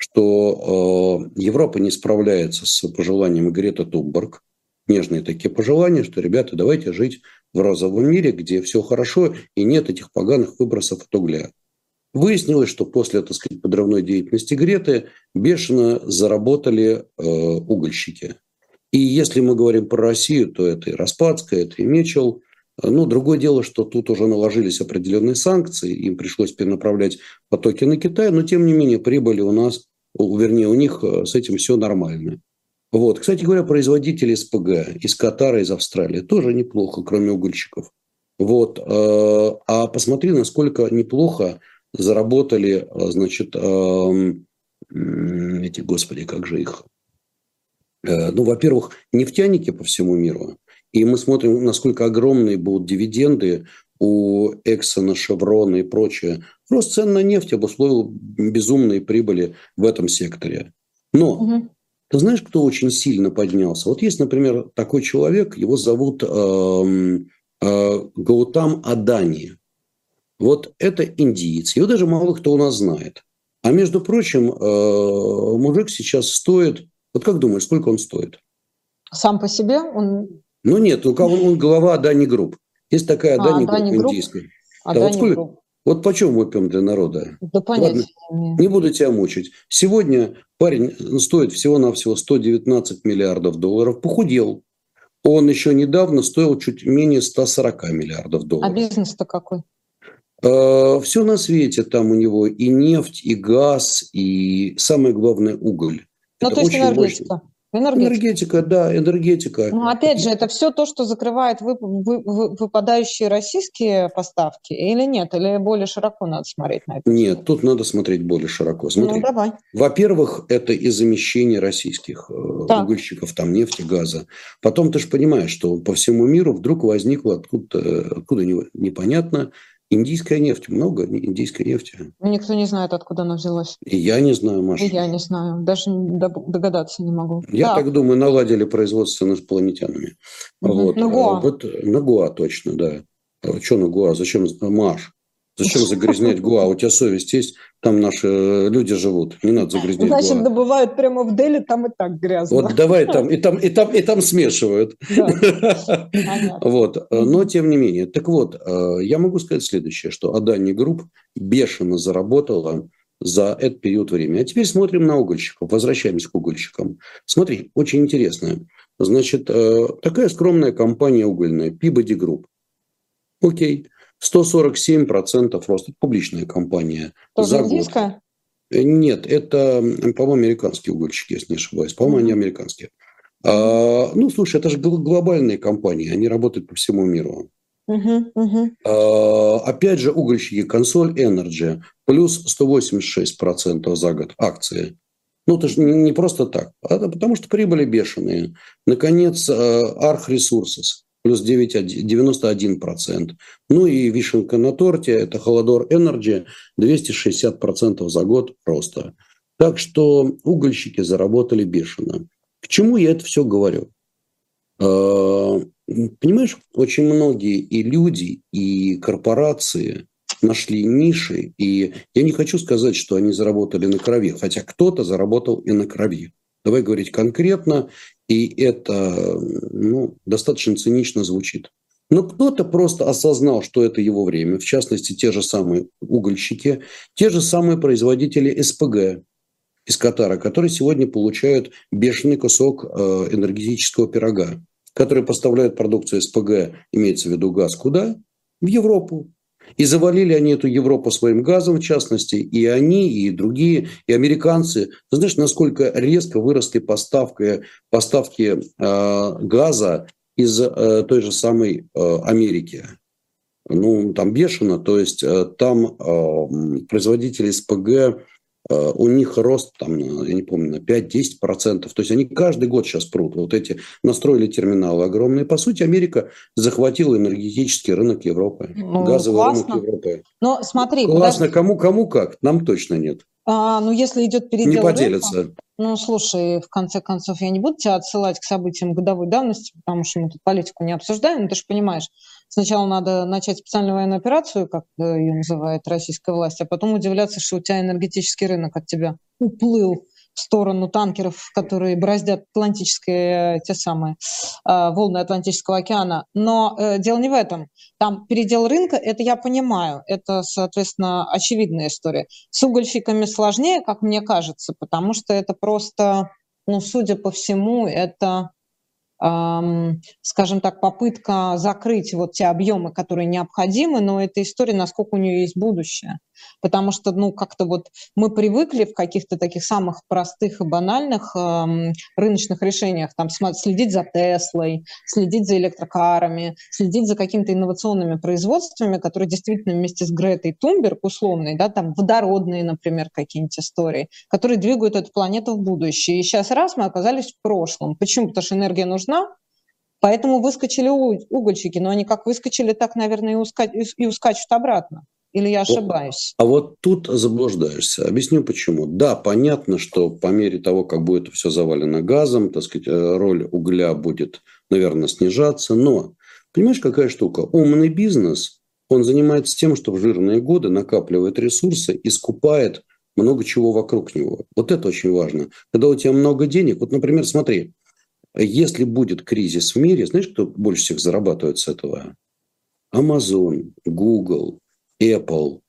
что э, Европа не справляется с пожеланием Греты Тунберг, нежные такие пожелания, что, ребята, давайте жить в розовом мире, где все хорошо и нет этих поганых выбросов от угля. Выяснилось, что после, так сказать, подрывной деятельности Греты бешено заработали э, угольщики. И если мы говорим про Россию, то это и Распадская, это и Мечел. Ну, другое дело, что тут уже наложились определенные санкции, им пришлось перенаправлять потоки на Китай, но, тем не менее, прибыли у нас, вернее, у них с этим все нормально. Вот. Кстати говоря, производители эс пэ гэ из Катара, из Австралии тоже неплохо, кроме угольщиков. Вот. А посмотри, насколько неплохо заработали, значит, эти, господи, как же их... Ну, во-первых, нефтяники по всему миру. И мы смотрим, насколько огромные будут дивиденды у Эксона, Шеврона и прочее. Рост цен на нефть обусловил безумные прибыли в этом секторе. Но угу. ты знаешь, кто очень сильно поднялся? Вот есть, например, такой человек, его зовут э, э, Гаутам Адани. Вот это индиец. Его даже мало кто у нас знает. А между прочим, э, мужик сейчас стоит... Вот как думаешь, сколько он стоит? Сам по себе он... Ну нет, ну он, он глава Адани Групп. Есть такая Адани Групп индийская. Да, вот, сколько, вот почем выпьем для народа? Да понятия не, не буду тебя мучить. Сегодня парень стоит всего-навсего сто девятнадцать миллиардов долларов. Похудел. Он еще недавно стоил чуть менее сто сорок миллиардов долларов. А бизнес-то какой? Э, все на свете. Там у него и нефть, и газ, и самое главное уголь. Ну, то есть энергетика. Энергетика. энергетика, да, энергетика. Ну, опять же, это все то, что закрывает вып- вы- вы- выпадающие российские поставки или нет? Или более широко надо смотреть на это? Нет, тут надо смотреть более широко. Смотри. Ну, давай. Во-первых, это и замещение российских так. угольщиков, там, нефти, газа. Потом ты же понимаешь, что по всему миру вдруг возникла откуда, откуда непонятно индийская нефть. Много индийской нефти. Никто не знает, откуда она взялась. И я не знаю, Маша. И я не знаю. Даже догадаться не могу. Я так, так думаю, наладили производство с инопланетянами. Угу. Вот. На Гоа. Вот, на Гоа точно, да. Что на Гоа? Зачем? Маш. Зачем загрязнять Гоа? У тебя совесть есть? Там наши люди живут. Не надо загрязнять Значит, Гоа. добывают прямо в Дели, там и так грязно. Вот давай там, и там, и там, и там смешивают. Да, понятно. Вот. Но тем не менее. Так вот, я могу сказать следующее, что Adani Group бешено заработала за этот период времени. А теперь смотрим на угольщиков. Возвращаемся к угольщикам. Смотри, очень интересно. Значит, такая скромная компания угольная, Peabody Group. Окей. сто сорок семь процентов роста. Публичная компания. Тоже за индийская? год. Нет, это, по-моему, американские угольщики, если не ошибаюсь. По-моему, mm-hmm. они американские. А, ну, слушай, это же глобальные компании. Они работают по всему миру. Uh-huh, uh-huh. А, опять же, угольщики Consol Energy плюс сто восемьдесят шесть процентов за год акции. Ну, это же не просто так. А потому что прибыли бешеные. Наконец, Arch Resources плюс девяносто один процент. Ну и вишенка на торте – это Hallador Energy двести шестьдесят процентов за год роста. Так что угольщики заработали бешено. К чему я это все говорю? Понимаешь, очень многие и люди, и корпорации нашли ниши, и я не хочу сказать, что они заработали на крови, хотя кто-то заработал и на крови. Давай говорить конкретно, и это ну, достаточно цинично звучит. Но кто-то просто осознал, что это его время, в частности, те же самые угольщики, те же самые производители эс пэ гэ из Катара, которые сегодня получают бешеный кусок энергетического пирога, которые поставляют продукцию эс пэ гэ, имеется в виду газ, куда? В Европу. И завалили они эту Европу своим газом, в частности, и они, и другие, и американцы. Ты знаешь, насколько резко выросли поставки, поставки э, газа из э, той же самой э, Америки. Ну, там бешено, то есть э, там э, производители эс пэ гэ, э, у них рост, там, я не помню, на пять-десять процентов. То есть они каждый год сейчас прут. Вот эти настроили терминалы огромные. По сути, Америка захватила энергетический рынок Европы. Ну, газовый классно. рынок Европы. Но смотри, классно. Подожди. Кому, кому как. Нам точно нет. А, ну, если идет передел не поделятся. рынка, ну, слушай, в конце концов, я не буду тебя отсылать к событиям годовой давности, потому что мы тут политику не обсуждаем, но ты же понимаешь, сначала надо начать специальную военную операцию, как ее называет российская власть, а потом удивляться, что у тебя энергетический рынок от тебя уплыл в сторону танкеров, которые бороздят Атлантические, те самые э, волны Атлантического океана. Но э, дело не в этом. Там передел рынка, это я понимаю, это, соответственно, очевидная история. С угольщиками сложнее, как мне кажется, потому что это просто, ну, судя по всему, это, эм, скажем так, попытка закрыть вот те объемы, которые необходимы, но эта история, насколько у нее есть будущее. Потому что, ну, как-то вот мы привыкли в каких-то таких самых простых и банальных эм, рыночных решениях там следить за Теслой, следить за электрокарами, следить за какими-то инновационными производствами, которые действительно вместе с Гретой Тунберг условной, да, там водородные, например, какие-нибудь истории, которые двигают эту планету в будущее. И сейчас раз мы оказались в прошлом. Почему? Потому что энергия нужна, поэтому выскочили угольщики, но они как выскочили, так, наверное, и, ускач- и ускачут обратно. Или я ошибаюсь? А вот тут заблуждаешься. Объясню почему. Да, понятно, что по мере того, как будет все завалено газом, так сказать, роль угля будет, наверное, снижаться. Но, понимаешь, какая штука? Умный бизнес, он занимается тем, что в жирные годы накапливает ресурсы и скупает много чего вокруг него. Вот это очень важно. Когда у тебя много денег, вот, например, смотри, если будет кризис в мире, знаешь, кто больше всех зарабатывает с этого? Amazon, Google, Apple,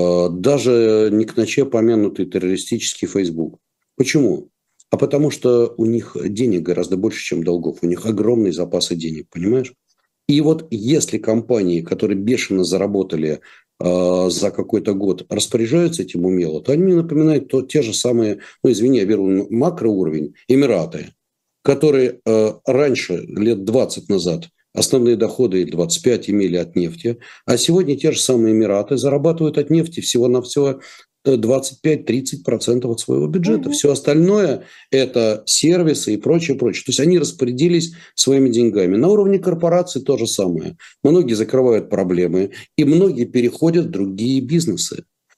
даже не к ночи помянутый террористический Facebook. Почему? А потому что у них денег гораздо больше, чем долгов. У них огромные запасы денег, понимаешь? И вот если компании, которые бешено заработали э, за какой-то год, распоряжаются этим умело, то они мне напоминают то, те же самые, ну извини, я беру макроуровень, Эмираты, которые э, раньше, лет двадцать назад, основные доходы двадцать пять имели от нефти, а сегодня те же самые Эмираты зарабатывают от нефти всего-навсего двадцать пять-тридцать процентов от своего бюджета. Mm-hmm. Все остальное – это сервисы и прочее, прочее. То есть они распорядились своими деньгами. На уровне корпораций то же самое. Многие закрывают проблемы, и многие переходят в другие бизнесы.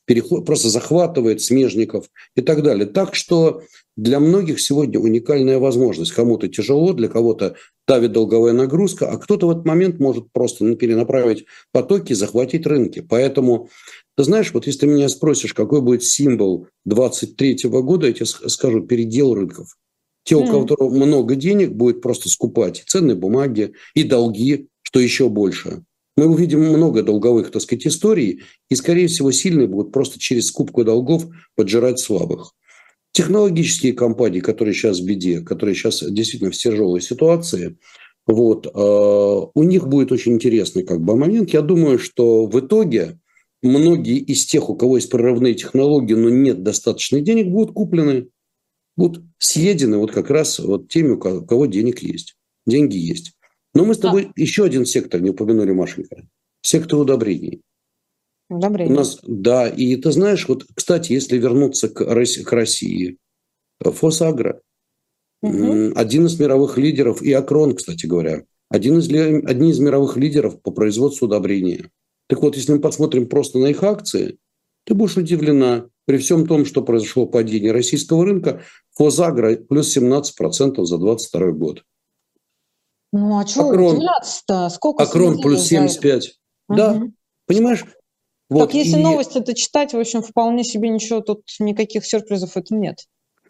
переход, просто захватывает смежников и так далее. Так что для многих сегодня уникальная возможность. Кому-то тяжело, для кого-то давит долговая нагрузка, а кто-то в этот момент может просто ну, перенаправить потоки, захватить рынки. Поэтому, ты знаешь, вот если ты меня спросишь, какой будет символ двадцать третьего года, я тебе скажу, передел рынков. Те, у Mm. которых много денег, будет просто скупать и ценные бумаги, и долги, что еще больше. Мы увидим много долговых, так сказать, историй, и, скорее всего, сильные будут просто через скупку долгов поджирать слабых. Технологические компании, которые сейчас в беде, которые сейчас действительно в тяжелой ситуации, вот, э, у них будет очень интересный как бы момент. Я думаю, что в итоге многие из тех, у кого есть прорывные технологии, но нет достаточно денег, будут куплены, будут съедены вот как раз вот теми, у кого денег есть, деньги есть. Но мы с тобой а. еще один сектор не упомянули, Машенька. Сектор удобрений. Удобрений. У нас, да, и ты знаешь, вот, кстати, если вернуться к России, к России Фосагро, угу. один из мировых лидеров, и Акрон, кстати говоря, один из, одни из мировых лидеров по производству удобрения. Так вот, если мы посмотрим просто на их акции, ты будешь удивлена. При всем том, что произошло падение российского рынка, Фосагро плюс семнадцать процентов за двадцать второй год. Ну, а что удивляться-то? Сколько Акрон плюс семьдесят пять. Угу. Да, понимаешь? Вот. Так, если и... новости-то читать, в общем, вполне себе ничего, тут никаких сюрпризов это нет.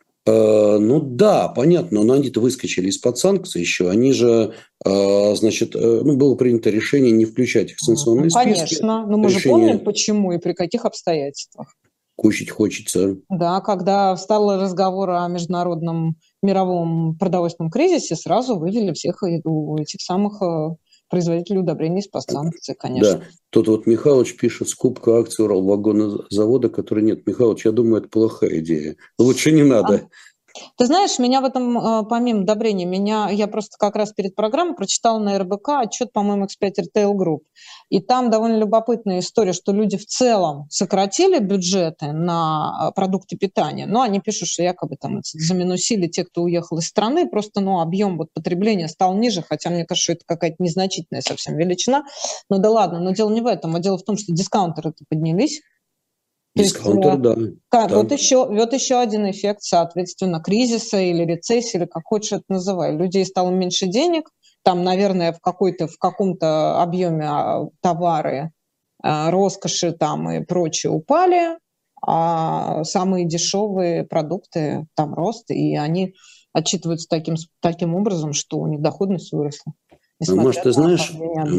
Э, ну да, понятно, но они-то выскочили из-под санкций еще. Они же, э, значит, э, ну, было принято решение не включать их в санкционные ну, списки. Конечно, но мы решение... же помним, почему и при каких обстоятельствах. Кушать хочется. Да, когда встал разговор о международном мировом продовольственном кризисе, сразу вывели всех этих самых производителей удобрений из-под санкций, конечно. Да, тут вот Михалыч пишет, скупка акций Уралвагонозавода, который нет. Михалыч, я думаю, это плохая идея. Лучше не надо. Ты знаешь, меня в этом, помимо удобрения, меня, я просто как раз перед программой прочитала на эр бэ ка отчет, по-моему, икс пять Retail Group. И там довольно любопытная история, что люди в целом сократили бюджеты на продукты питания, но они пишут, что якобы там заминусили те, кто уехал из страны, просто ну, объем вот, потребления стал ниже, хотя мне кажется, что это какая-то незначительная совсем величина. Ну да ладно, но дело не в этом, а дело в том, что дискаунтеры поднялись. Дискаунтер, есть, да. Как, да. Вот, еще, вот еще один эффект, соответственно, кризиса или рецессии, или как хочешь это называй. У людей стало меньше денег, там, наверное, в, какой-то, в каком-то объеме товары, роскоши там и прочее упали, а самые дешевые продукты там рост, и они отчитываются таким, таким образом, что у них доходность выросла. Может, ты знаешь,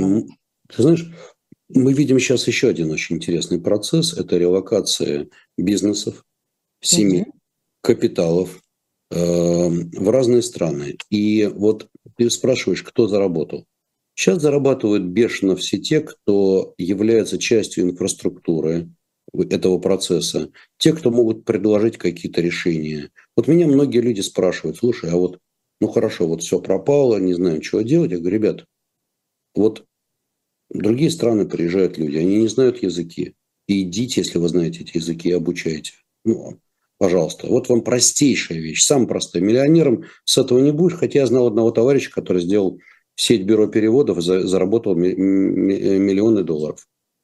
ты знаешь, мы видим сейчас еще один очень интересный процесс. Это релокация бизнесов, семей, угу. капиталов э, в разные страны. И вот ты спрашиваешь, кто заработал. Сейчас зарабатывают бешено все те, кто является частью инфраструктуры этого процесса. Те, кто могут предложить какие-то решения. Вот меня многие люди спрашивают, слушай, а вот, ну хорошо, вот все пропало, не знаю, чего делать. Я говорю, ребят, вот в другие страны приезжают люди, они не знают языки. И идите, если вы знаете эти языки, и обучайте. Ну, пожалуйста. Вот вам простейшая вещь, самая простая. Миллионером с этого не будешь, хотя я знал одного товарища, который сделал сеть бюро переводов и заработал миллионы долларов.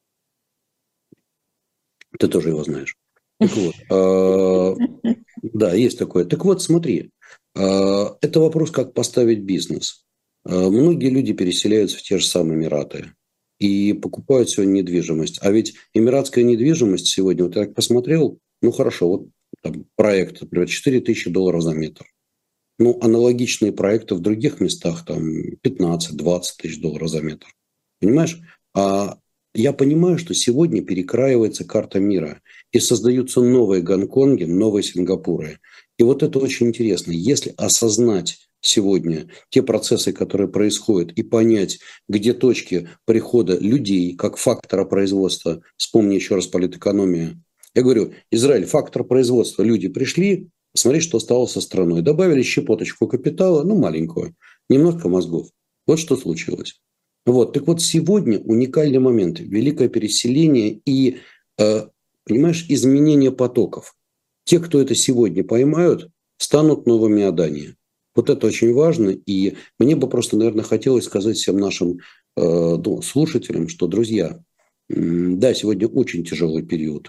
Ты тоже его знаешь. Так вот, да, есть такое. Так вот, смотри, это вопрос, как поставить бизнес. Многие люди переселяются в те же самые Эмираты и покупают сегодня недвижимость. А ведь эмиратская недвижимость сегодня, вот я так посмотрел, ну хорошо, вот там проект, например, четыре тысячи долларов за метр. Ну, аналогичные проекты в других местах, там, пятнадцать-двадцать тысяч долларов за метр. Понимаешь? А я понимаю, что сегодня перекраивается карта мира, и создаются новые Гонконги, новые Сингапуры. И вот это очень интересно. Если осознать сегодня те процессы, которые происходят, и понять, где точки прихода людей как фактора производства, вспомни еще раз политэкономию. Я говорю, Израиль, фактор производства, люди пришли, смотри, что стало со страной. Добавили щепоточку капитала, ну, маленькую, немножко мозгов. Вот что случилось. Вот, так вот, сегодня уникальный момент. Великое переселение и, э, понимаешь, изменение потоков. Те, кто это сегодня поймают, станут новыми Адания. Вот это очень важно. И мне бы просто, наверное, хотелось сказать всем нашим э, ну, слушателям, что, друзья, э, да, сегодня очень тяжелый период.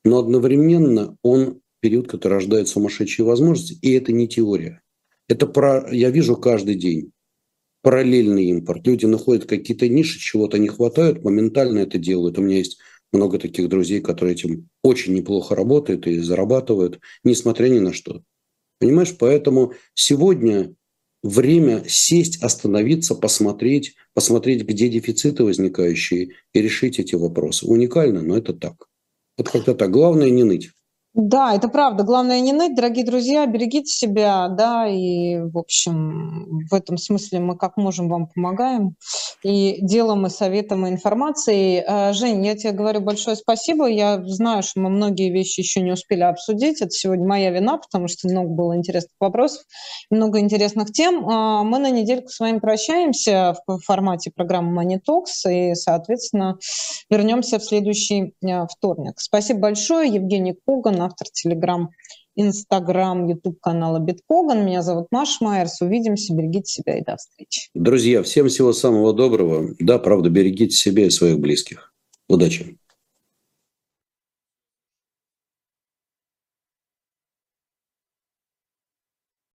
но одновременно он период, который рождает сумасшедшие возможности, и это не теория. Это про, я вижу каждый день параллельный импорт. Люди находят какие-то ниши, чего-то не хватает, моментально это делают. У меня есть много таких друзей, которые этим очень неплохо работают и зарабатывают, несмотря ни на что. Понимаешь, поэтому сегодня время сесть, остановиться, посмотреть, посмотреть, где дефициты возникающие, и решить эти вопросы. Уникально, но это так. Вот как-то так. Главное не ныть. Да, это правда. Главное не ныть, дорогие друзья, берегите себя, да, и, в общем, в этом смысле мы как можем вам помогаем и делом, и советом, и информацией. А, Жень, я тебе говорю большое спасибо. Я знаю, что мы многие вещи еще не успели обсудить. Это сегодня моя вина, потому что много было интересных вопросов, много интересных тем. А, Мы на недельку с вами прощаемся в формате программы Money Talks и, соответственно, вернемся в следующий э, вторник. Спасибо большое. Евгений Коган, автор Телеграм, Инстаграм, Ютуб канала Биткоган. Меня зовут Маша Майерс. Увидимся. Берегите себя и до встречи. Друзья, всем всего самого доброго. Да, правда, берегите себя и своих близких. Удачи.